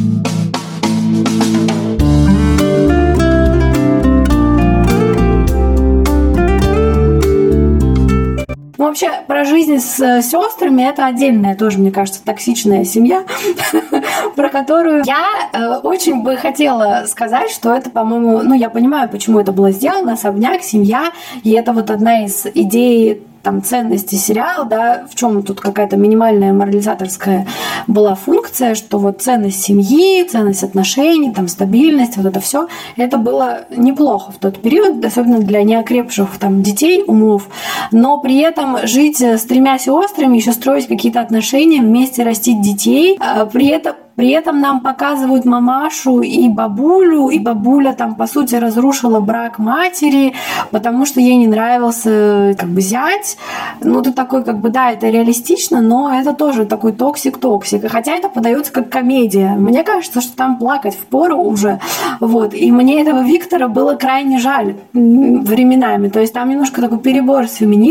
Ну, вообще, про жизнь с сестрами это отдельная тоже, мне кажется, токсичная семья, про которую я э, очень бы хотела сказать, что это, по-моему, ну, я понимаю, почему это было сделано, особняк, семья, и это вот одна из идей там ценности сериала, да, в чем тут какая-то минимальная морализаторская была функция, что вот ценность семьи, ценность отношений, там стабильность, вот это все, это было неплохо в тот период, особенно для неокрепших там детей умов, но при этом жить с тремя сестрами, еще строить какие-то отношения, вместе растить детей, а при этом При этом нам показывают мамашу и бабулю, и бабуля там, по сути, разрушила брак матери, потому что ей не нравился как бы зять. Ну, ты такой, как бы, да, это реалистично, но это тоже такой токсик-токсик. Хотя это подается как комедия. Мне кажется, что там плакать впору уже. Вот. И мне этого Виктора было крайне жаль временами. То есть там немножко такой перебор с феминизмом.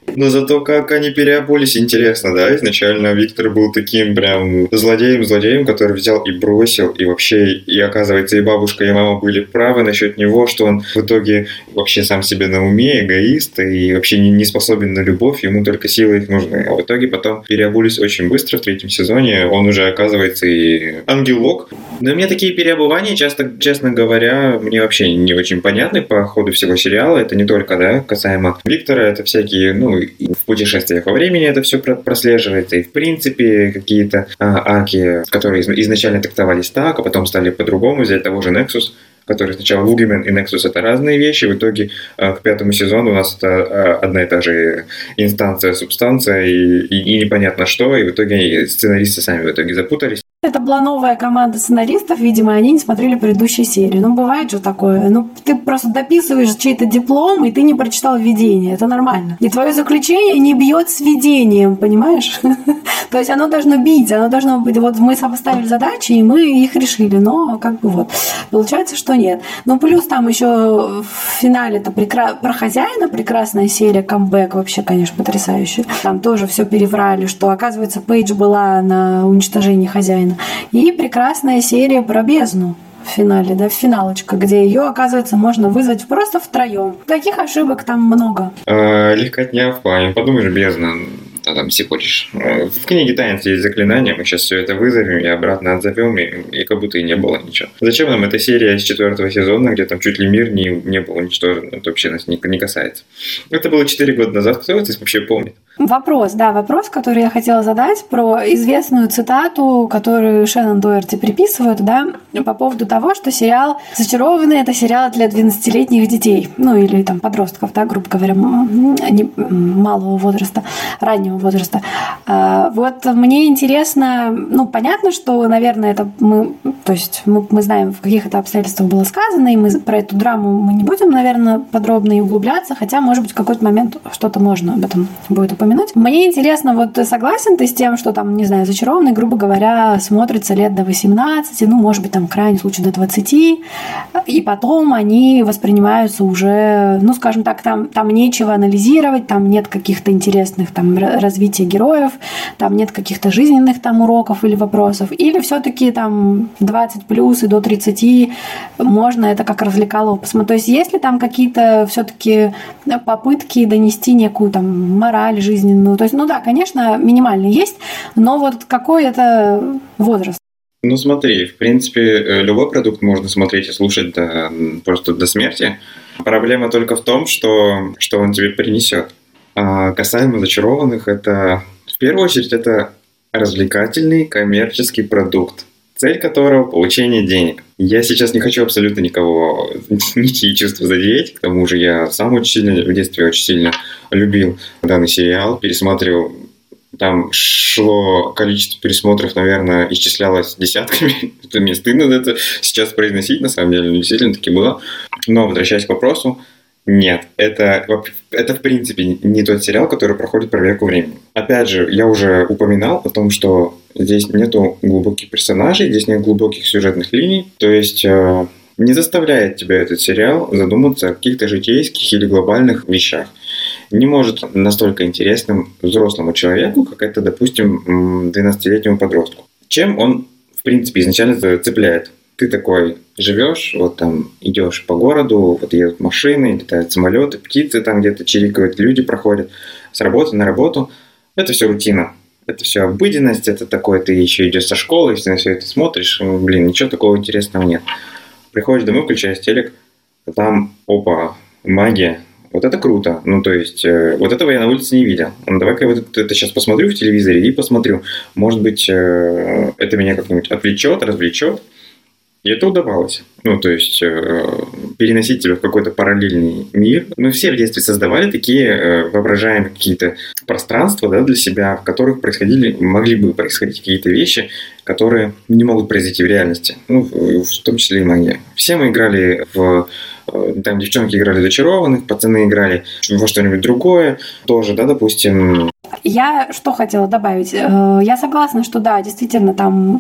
Но зато как они переобулись, интересно, да? Изначально Виктор был таким прям злодеем-злодеем, который взял и бросил, и вообще, и оказывается, и бабушка, и мама были правы насчет него, что он в итоге вообще сам себе на уме, эгоист, и вообще не, не способен на любовь, ему только силы их нужны. А в итоге потом переобулись очень быстро в третьем сезоне, он уже оказывается и ангелок. Но мне такие переобувания, часто, честно говоря, мне вообще не очень понятны по ходу всего сериала. Это не только, да, касаемо Виктора, это всякие, ну, и в путешествиях во времени это все прослеживается, и в принципе какие-то а, арки, которые изначально трактовались так, а потом стали по-другому, взять того же Nexus, который сначала Boogeyman и Nexus — это разные вещи, в итоге а, к пятому сезону у нас это а, одна и та же инстанция, субстанция, и, и, и непонятно что, и в итоге сценаристы сами в итоге запутались. Это была новая команда сценаристов, видимо, они не смотрели предыдущие серии. Ну, бывает же такое. Ну, ты просто дописываешь чей-то диплом, и ты не прочитал введение. Это нормально. И твое заключение не бьет с введением, понимаешь? То есть оно должно бить, оно должно быть... Вот мы сопоставили задачи, и мы их решили. Но как бы вот. Получается, что нет. Ну, плюс там еще в финале это прекра... про хозяина прекрасная серия, камбэк вообще, конечно, потрясающий. Там тоже все переврали, что, оказывается, Пейдж была на уничтожении хозяина. И прекрасная серия про бездну в финале, да, финалочка, где ее, оказывается, можно вызвать просто втроем. Таких ошибок там много. А, легкотня в плане, подумаешь, бездна. А там все хочешь. В книге «Таинств» есть заклинание, мы сейчас все это вызовем и обратно отзовем, и, и как будто и не было ничего. Зачем нам эта серия из четвертого сезона, где там чуть ли мир не, не был уничтожен? Это вообще нас не, не касается. Это было четыре года назад, кто это вообще помнит? Вопрос, да, вопрос, который я хотела задать про известную цитату, которую Шеннон Доерти приписывают, да, по поводу того, что сериал «Зачарованные» — это сериал для двенадцатилетних детей, ну или там подростков, да, грубо говоря, не, малого возраста, раннего возраста. Вот мне интересно, ну, понятно, что, наверное, это мы, то есть мы, мы знаем, в каких это обстоятельствах было сказано, и мы про эту драму мы не будем, наверное, подробно и углубляться, хотя, может быть, в какой-то момент что-то можно об этом будет упомянуть. Мне интересно, вот согласен ты с тем, что там, не знаю, «Зачарованный», грубо говоря, смотрится лет до восемнадцати, ну, может быть, там, в крайнем случае, до двадцати, и потом они воспринимаются уже, ну, скажем так, там, там нечего анализировать, там нет каких-то интересных там развития героев, там нет каких-то жизненных там уроков или вопросов, или все-таки там двадцать плюс и до тридцати можно это как развлекалово посмотреть. То есть есть ли там какие-то все-таки попытки донести некую там мораль жизненную? То есть, ну да, конечно, минимально есть, но вот какой это возраст? Ну смотри, в принципе, любой продукт можно смотреть и слушать до, просто до смерти. Проблема только в том, что, что он тебе принесет. А касаемо «Зачарованных», это в первую очередь это развлекательный коммерческий продукт, цель которого – получение денег. Я сейчас не хочу абсолютно никого, ничьи чувства задеть, к тому же я сам очень сильно, в детстве очень сильно любил данный сериал, пересматривал, там шло количество пересмотров, наверное, исчислялось десятками. Это мне стыдно это сейчас произносить, на самом деле, действительно таки было. Но, возвращаясь к вопросу, нет, это, это в принципе не тот сериал, который проходит проверку времени. Опять же, я уже упоминал о том, что здесь нету глубоких персонажей, здесь нет глубоких сюжетных линий, то есть э, не заставляет тебя этот сериал задуматься о каких-то житейских или глобальных вещах. Не может настолько интересным взрослому человеку, как это, допустим, двенадцатилетнему подростку. Чем он, в принципе, изначально цепляет? Ты такой живешь, вот там идешь по городу, вот едут машины, летают самолеты, птицы там где-то чирикают, люди проходят с работы на работу. Это все рутина, это все обыденность, это такое, ты еще идешь со школы, и на все это смотришь, блин, ничего такого интересного нет. Приходишь домой, включаешь телек, а там, опа, магия. Вот это круто. Ну, то есть, э, вот этого я на улице не видел. Ну, давай-ка я вот это сейчас посмотрю в телевизоре и посмотрю. Может быть, э, это меня как-нибудь отвлечет, развлечет. И это удавалось. Ну, то есть, э, переносить тебя в какой-то параллельный мир. Мы все в детстве создавали такие э, воображаемые какие-то пространства, да, для себя, в которых происходили, могли бы происходить какие-то вещи, которые не могут произойти в реальности. Ну, в, в том числе и магия. Все мы играли в... Там девчонки играли в «Зачарованных», пацаны играли во что-нибудь другое. Тоже, да, допустим. Я что хотела добавить? Я согласна, что да, действительно, там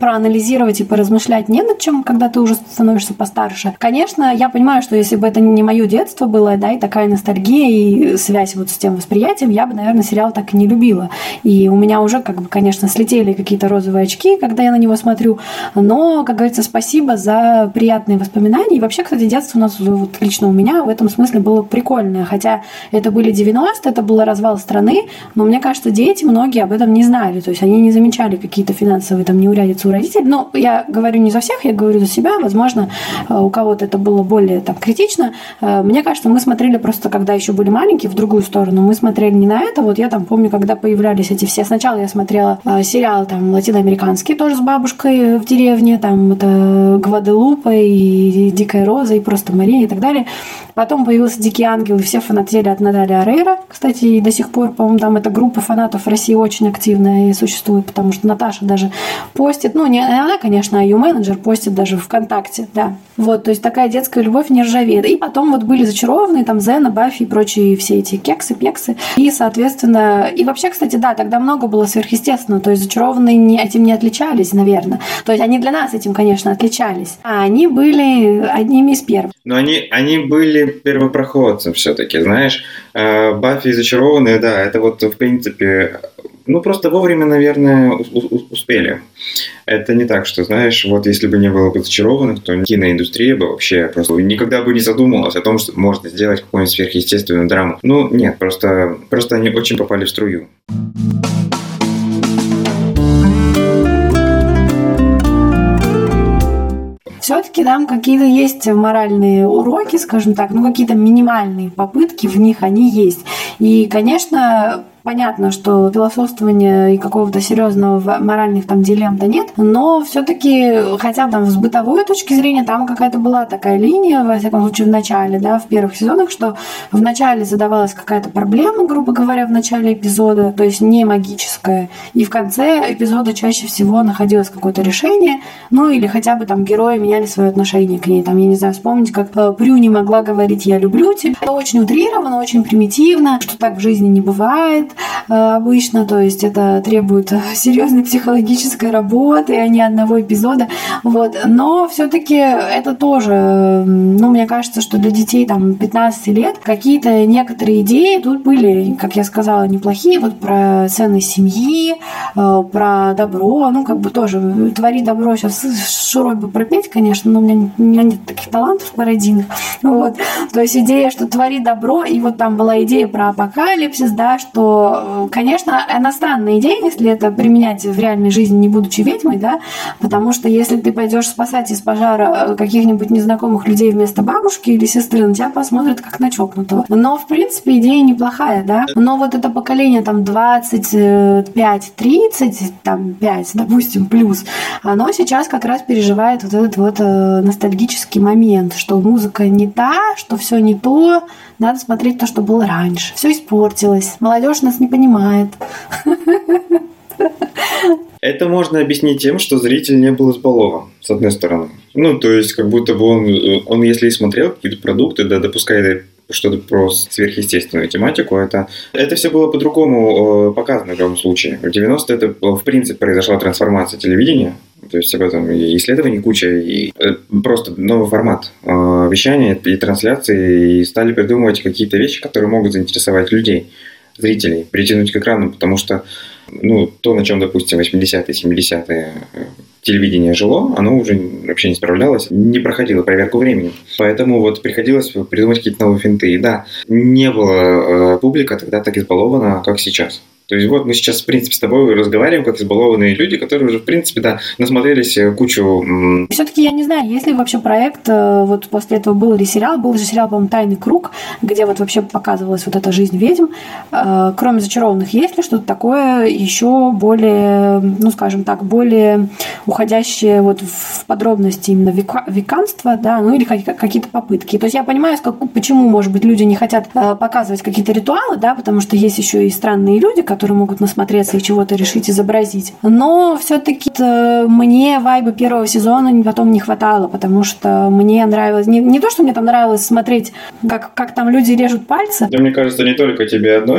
проанализировать и поразмышлять не над чем, когда ты уже становишься постарше. Конечно, я понимаю, что если бы это не мое детство было, да, и такая ностальгия, и связь вот с тем восприятием, я бы, наверное, сериал так и не любила. И у меня уже, как бы, конечно, слетели какие-то розовые очки, когда я на него смотрю, но, как говорится, спасибо за приятные воспоминания. И вообще, кстати, детство у нас, вот лично у меня в этом смысле было прикольное, хотя это были девяностые, это был развал страны, но мне кажется, дети многие об этом не знали, то есть они не замечали какие-то финансовые там неурядицы у родителей. Но я говорю не за всех, я говорю за себя, возможно, у кого-то это было более там критично. Мне кажется, мы смотрели просто, когда еще были маленькие, в другую сторону. Мы смотрели не на это. Вот я там помню, когда появлялись эти все. Сначала я смотрела сериал там латиноамериканский, тоже с бабушкой в деревне, там это Гваделупа и Дикая Роза, и просто Мария и так далее. Потом появился «Дикий ангел», и все фанатели от Натальи Орейро. Кстати, и до сих пор, по-моему, там эта группа фанатов в России очень активная и существует, потому что Наташа даже постит, ну, не она, конечно, а ее менеджер постит даже ВКонтакте, да. Вот, то есть такая детская любовь не ржавеет. И потом вот были зачарованные, там, Зена, Баффи и прочие все эти кексы, пексы. И, соответственно, и вообще, кстати, да, тогда много было сверхъестественного, то есть зачарованные не, этим не отличались, наверное. То есть они для нас этим, конечно, отличались. А они были одними из первых. Но они, они были первопроходцем все-таки, знаешь. Баффи и зачарованные, да, это вот, в принципе, ну, просто вовремя, наверное, успели. Это не так, что, знаешь, вот если бы не было бы зачарованных, то киноиндустрия бы вообще просто никогда бы не задумалась о том, что можно сделать какую-нибудь сверхъестественную драму. Ну, нет, просто, просто они очень попали в струю. Все-таки там какие-то есть моральные уроки, скажем так, ну какие-то минимальные попытки в них они есть. И, конечно, понятно, что философствования и какого-то серьезного моральных там дилемм-то нет, но все-таки, хотя там с бытовой точки зрения, там какая-то была такая линия, во всяком случае, в начале, да, в первых сезонах, что в начале задавалась какая-то проблема, грубо говоря, в начале эпизода, то есть не магическая, и в конце эпизода чаще всего находилось какое-то решение, ну или хотя бы там герои меняли свое отношение к ней, там, я не знаю, вспомнить, как Прю не могла говорить «я люблю тебя». Это очень утрировано, очень примитивно, что так в жизни не бывает обычно, то есть это требует серьезной психологической работы, а не одного эпизода, вот, но все-таки это тоже, ну, мне кажется, что для детей там пятнадцати лет какие-то некоторые идеи тут были, как я сказала, неплохие, вот про ценность семьи, про добро, ну, как бы тоже творить добро сейчас шурой бы пропеть, конечно, но у меня, у меня нет таких талантов пародийных, вот, то есть идея, что творить добро, и вот там была идея про апокалипсис, да, что, конечно, она странная идея, если это применять в реальной жизни, не будучи ведьмой, да, потому что если ты пойдешь спасать из пожара каких-нибудь незнакомых людей вместо бабушки или сестры, на тебя посмотрят как на чокнутого. Но, в принципе, идея неплохая, да, но вот это поколение там двадцать пять тридцать, там пять, допустим, плюс, оно сейчас как раз переживает вот этот вот э, ностальгический момент, что музыка не та, что все не то, надо смотреть то, что было раньше. Все испортилось. Молодежь нас не понимает. Это можно объяснить тем, что зритель не был избалован, с одной стороны. Ну, то есть, как будто бы он, он если и смотрел какие-то продукты, да, допуская что-то про сверхъестественную тематику, это, это все было по-другому показано в любом случае. В девяностые это, в принципе, произошла трансформация телевидения, то есть об этом и исследований куча, и просто новый формат э, вещания и трансляции, и стали придумывать какие-то вещи, которые могут заинтересовать людей, зрителей, притянуть к экрану, потому что ну, то, на чем, допустим, восьмидесятые, семидесятые телевидение жило, оно уже вообще не справлялось, не проходило проверку времени. Поэтому вот приходилось придумать какие-то новые финты. И да, не было э, публика тогда так избалована, как сейчас. То есть вот мы сейчас, в принципе, с тобой разговариваем как избалованные люди, которые уже, в принципе, да, насмотрелись кучу... Все-таки я не знаю, есть ли вообще проект, вот после этого был ли сериал, был же сериал, по-моему, «Тайный круг», где вот вообще показывалась вот эта жизнь ведьм. Кроме «Зачарованных», есть ли что-то такое еще более, ну, скажем так, более уходящее вот в подробности именно века, веканства, да, ну или какие-то попытки. То есть я понимаю, почему, может быть, люди не хотят показывать какие-то ритуалы, да, потому что есть еще и странные люди, которые которые могут насмотреться и чего-то решить изобразить. Но все-таки мне вайба первого сезона потом не хватало, потому что мне нравилось... Не, не то, что мне там нравилось смотреть, как, как там люди режут пальцы. Да, мне кажется, не только тебе одной.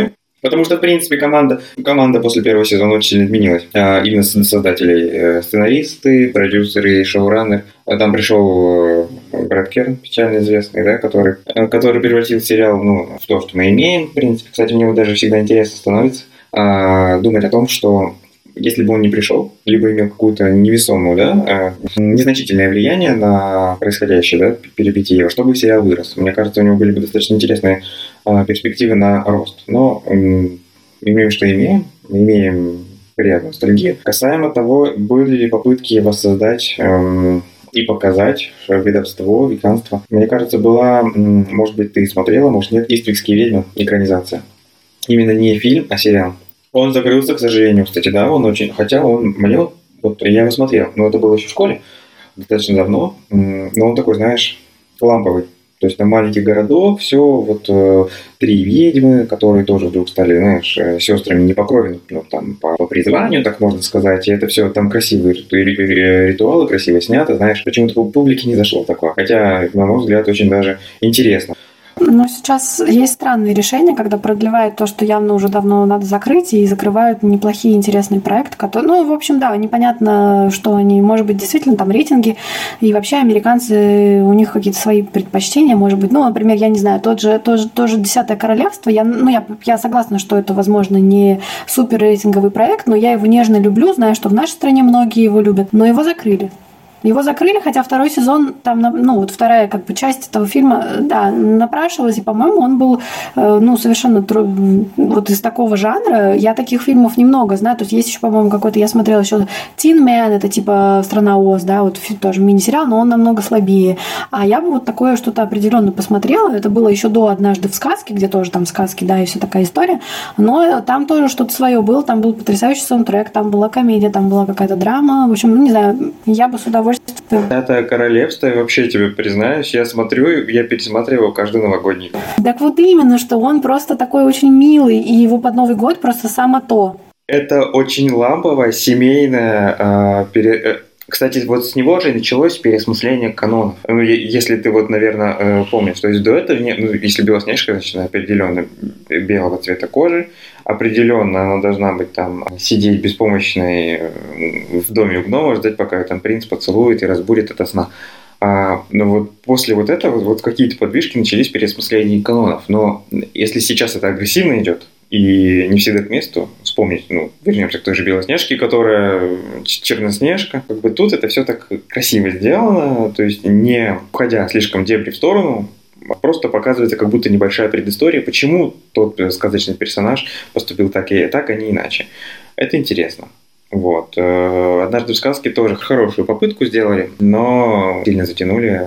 Потому что, в принципе, команда, команда после первого сезона очень сильно изменилась. А, именно создателей, сценаристы, продюсеры, шоураннер. А там пришел Брэд Керн, печально известный, да, который, который превратил сериал ну, в то, что мы имеем, в принципе. Кстати, мне вот даже всегда интересно становится а, думать о том, что если бы он не пришел, либо имел какую-то невесомую, да, незначительное влияние на происходящее, да, перипетии, чтобы сериал вырос. Мне кажется, у него были бы достаточно интересные перспективы на рост. Но имеем, что имеем, имеем приятную ностальгию. Касаемо того, были ли попытки воссоздать эм, и показать ведовство, веганство. Мне кажется, была, может быть, ты смотрела, может нет, «Иствикские ведьмы», экранизация. Именно не фильм, а сериал. Он закрылся, к сожалению, кстати, да, он очень, хотя он, мне, вот я его смотрел, но это было еще в школе, достаточно давно, но он такой, знаешь, ламповый. То есть там маленький городок, все, вот э, три ведьмы, которые тоже вдруг стали, знаешь, сестрами не по крови, ну, там, по, по призванию, так можно сказать, и это все там красивые ритуалы, красиво снято, знаешь, почему-то по публике не зашло такое, хотя, на мой взгляд, очень даже интересно. Но сейчас есть странные решения, когда продлевают то, что явно уже давно надо закрыть, и закрывают неплохие интересные проекты, которые, ну, в общем, да, непонятно, что они, может быть, действительно там рейтинги, и вообще американцы, у них какие-то свои предпочтения, может быть, ну, например, я не знаю, тот же, тот же, тоже «Десятое королевство», я, ну, я, я согласна, что это, возможно, не супер рейтинговый проект, но я его нежно люблю, знаю, что в нашей стране многие его любят, но его закрыли. Его закрыли, хотя второй сезон, там, ну, вот вторая как бы часть этого фильма, да, напрашивалась, и, по-моему, он был, ну, совершенно вот из такого жанра. Я таких фильмов немного знаю, то есть есть еще, по-моему, какой-то, я смотрела еще Tin Man, это типа «Страна Оз», да, вот тоже мини-сериал, но он намного слабее. А я бы вот такое что-то определенно посмотрела, это было еще до «Однажды в сказке», где тоже там сказки, да, и вся такая история, но там тоже что-то свое было, там был потрясающий саундтрек, там была комедия, там была какая-то драма, в общем, ну, не знаю, я бы с удовольствием. Это королевство, и вообще тебе признаюсь, я смотрю, я пересматриваю каждый новогодний. Так вот именно, что он просто такой очень милый, и его под Новый год просто само то. Это очень ламповое, семейное, э, пере... Кстати, вот с него же началось переосмысление канонов. Ну, если ты вот, наверное, помнишь, то есть до этого, ну, если Белоснежка, значит, определенно белого цвета кожи, определенно она должна быть там, сидеть беспомощной в доме у гнома, ждать, пока там принц поцелует и разбудит ото сна. А, но вот после вот этого вот какие-то подвижки начались переосмысления канонов. Но если сейчас это агрессивно идет, и не всегда к месту, вспомнить, ну, вернемся к той же Белоснежке, которая Черноснежка. Как бы тут это все так красиво сделано, то есть не уходя слишком дебри в сторону, просто показывается как будто небольшая предыстория, почему тот сказочный персонаж поступил так и так, а не иначе. Это интересно. Вот. «Однажды в сказке» тоже хорошую попытку сделали, но сильно затянули.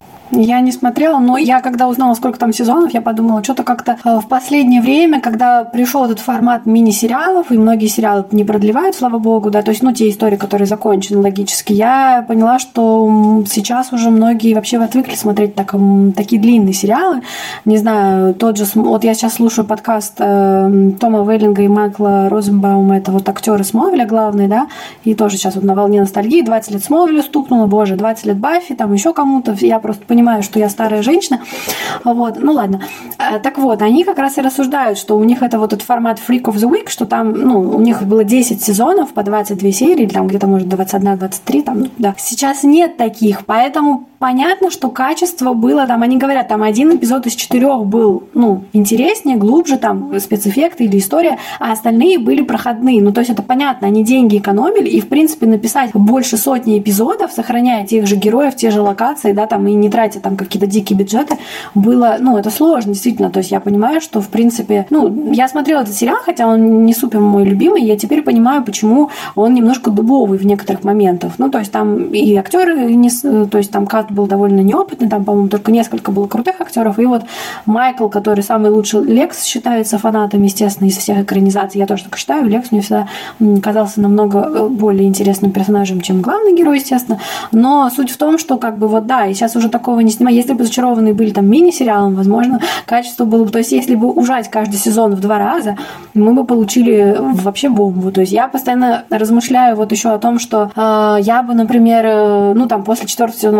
Я не смотрела, но я когда узнала, сколько там сезонов, я подумала, что-то как-то в последнее время, когда пришел этот формат мини-сериалов, и многие сериалы не продлевают, слава богу, да, то есть, ну, те истории, которые закончены логически, я поняла, что сейчас уже многие вообще отвыкли смотреть так, такие длинные сериалы. Не знаю, тот же, вот я сейчас слушаю подкаст э, Тома Веллинга и Майкла Розенбаума, это вот актеры Смолвиля главные, да, и тоже сейчас вот на волне ностальгии, двадцать лет Смолвилю стукнуло, боже, двадцать лет Баффи, там еще кому-то, я просто понимаю, что я старая женщина. Вот. Ну ладно. Так вот, они как раз и рассуждают, что у них это вот этот формат Freak of the Week, что там, ну, у них было десять сезонов по двадцать две серии, или там где-то, может, двадцать одна двадцать три, там, да. Сейчас нет таких, поэтому понятно, что качество было, там, они говорят, там, один эпизод из четырех был, ну, интереснее, глубже, там, спецэффекты или история, а остальные были проходные. Ну, то есть это понятно, они деньги экономили, и, в принципе, написать больше сотни эпизодов, сохраняя тех же героев, те же локации, да, там, и не тратя там какие-то дикие бюджеты, было, ну, это сложно, действительно. То есть я понимаю, что, в принципе, ну, я смотрела этот сериал, хотя он не супер мой любимый, я теперь понимаю, почему он немножко дубовый в некоторых моментах. Ну, то есть там и актеры, не, то есть там каст был довольно неопытный, там, по-моему, только несколько было крутых актеров, и вот Майкл, который самый лучший Лекс, считается фанатом, естественно, из всех экранизаций, я тоже так считаю, Лекс мне всегда казался намного более интересным персонажем, чем главный герой, естественно, но суть в том, что, как бы, вот, да, и сейчас уже такого не снимаю. Если бы «Зачарованные» были там мини-сериалом, возможно, качество было бы... То есть, если бы ужать каждый сезон в два раза, мы бы получили вообще бомбу. То есть, я постоянно размышляю вот еще о том, что э, я бы, например, э, ну, там, после четвертого сезона вообще ушла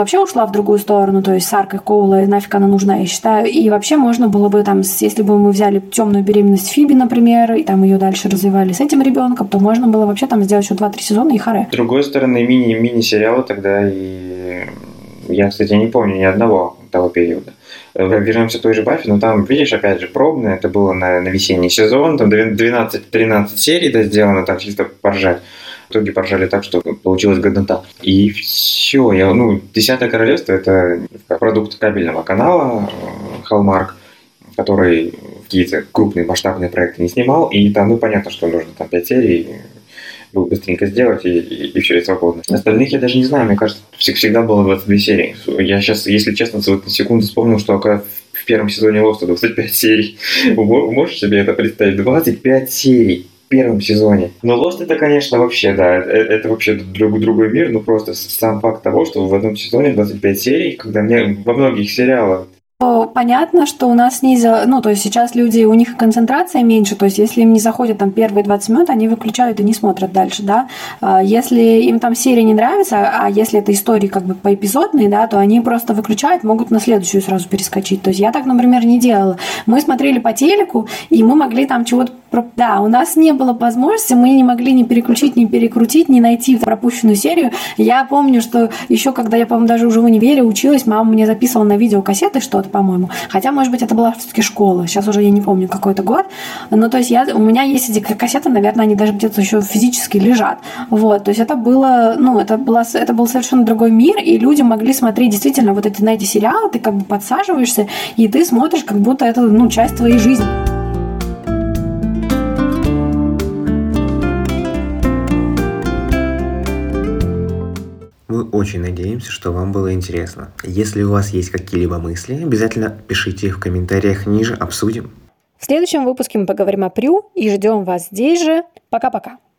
пошла в другую сторону, то есть с аркой Коула, нафиг она нужна, я считаю. И вообще можно было бы там, если бы мы взяли темную беременность Фиби, например, и там ее дальше развивали с этим ребенком, то можно было вообще там сделать еще два-три сезона и харе. С другой стороны, мини, мини-сериалы тогда и... Я, кстати, не помню ни одного того периода. Вернемся к той же Баффи, но там, видишь, опять же, пробно, это было на, на весенний сезон, там двенадцать-тринадцать серий да, сделано так, чисто поржать. В итоге поржали так, что получилась годнота. И все, я, ну, «Десятое королевство» — это продукт кабельного канала Hallmark, который какие-то крупные масштабные проекты не снимал, и там, ну, понятно, что нужно там пять серий, быстренько сделать, и, и, и все, и свободно. Остальных я даже не знаю, мне кажется, всегда было двадцать две серии. Я сейчас, если честно, вот на секунду вспомнил, что в первом сезоне «Лоста» двадцать пять серий. Можешь себе это представить? двадцать пять серий в первом сезоне. Но «Лост» это, конечно, вообще, да, это, это вообще друг, другой мир, ну просто сам факт того, что в одном сезоне двадцать пять серий, когда мне во многих сериалах понятно, что у нас снизило, ну, то есть сейчас люди, у них концентрация меньше, то есть если им не заходят там первые двадцать минут, они выключают и не смотрят дальше, да. Если им там серия не нравится, а если это истории как бы поэпизодные, да, то они просто выключают, могут на следующую сразу перескочить. То есть я так, например, не делала. Мы смотрели по телеку, и мы могли там чего-то... Да, у нас не было возможности, мы не могли ни переключить, ни перекрутить, ни найти пропущенную серию. Я помню, что еще когда я, по-моему, даже уже в универе училась, мама мне записывала на видеокассеты что-то, по-моему. Хотя, может быть, это была все-таки школа. Сейчас уже я не помню, какой-то год. Но то есть я, у меня есть эти кассеты, наверное, они даже где-то еще физически лежат. Вот, то есть это было, ну, это, было, это был совершенно другой мир, и люди могли смотреть действительно вот эти, на эти сериалы, ты как бы подсаживаешься, и ты смотришь, как будто это, ну, часть твоей жизни. Мы очень надеемся, что вам было интересно. Если у вас есть какие-либо мысли, обязательно пишите их в комментариях ниже, обсудим. В следующем выпуске мы поговорим о Прю и ждем вас здесь же. Пока-пока.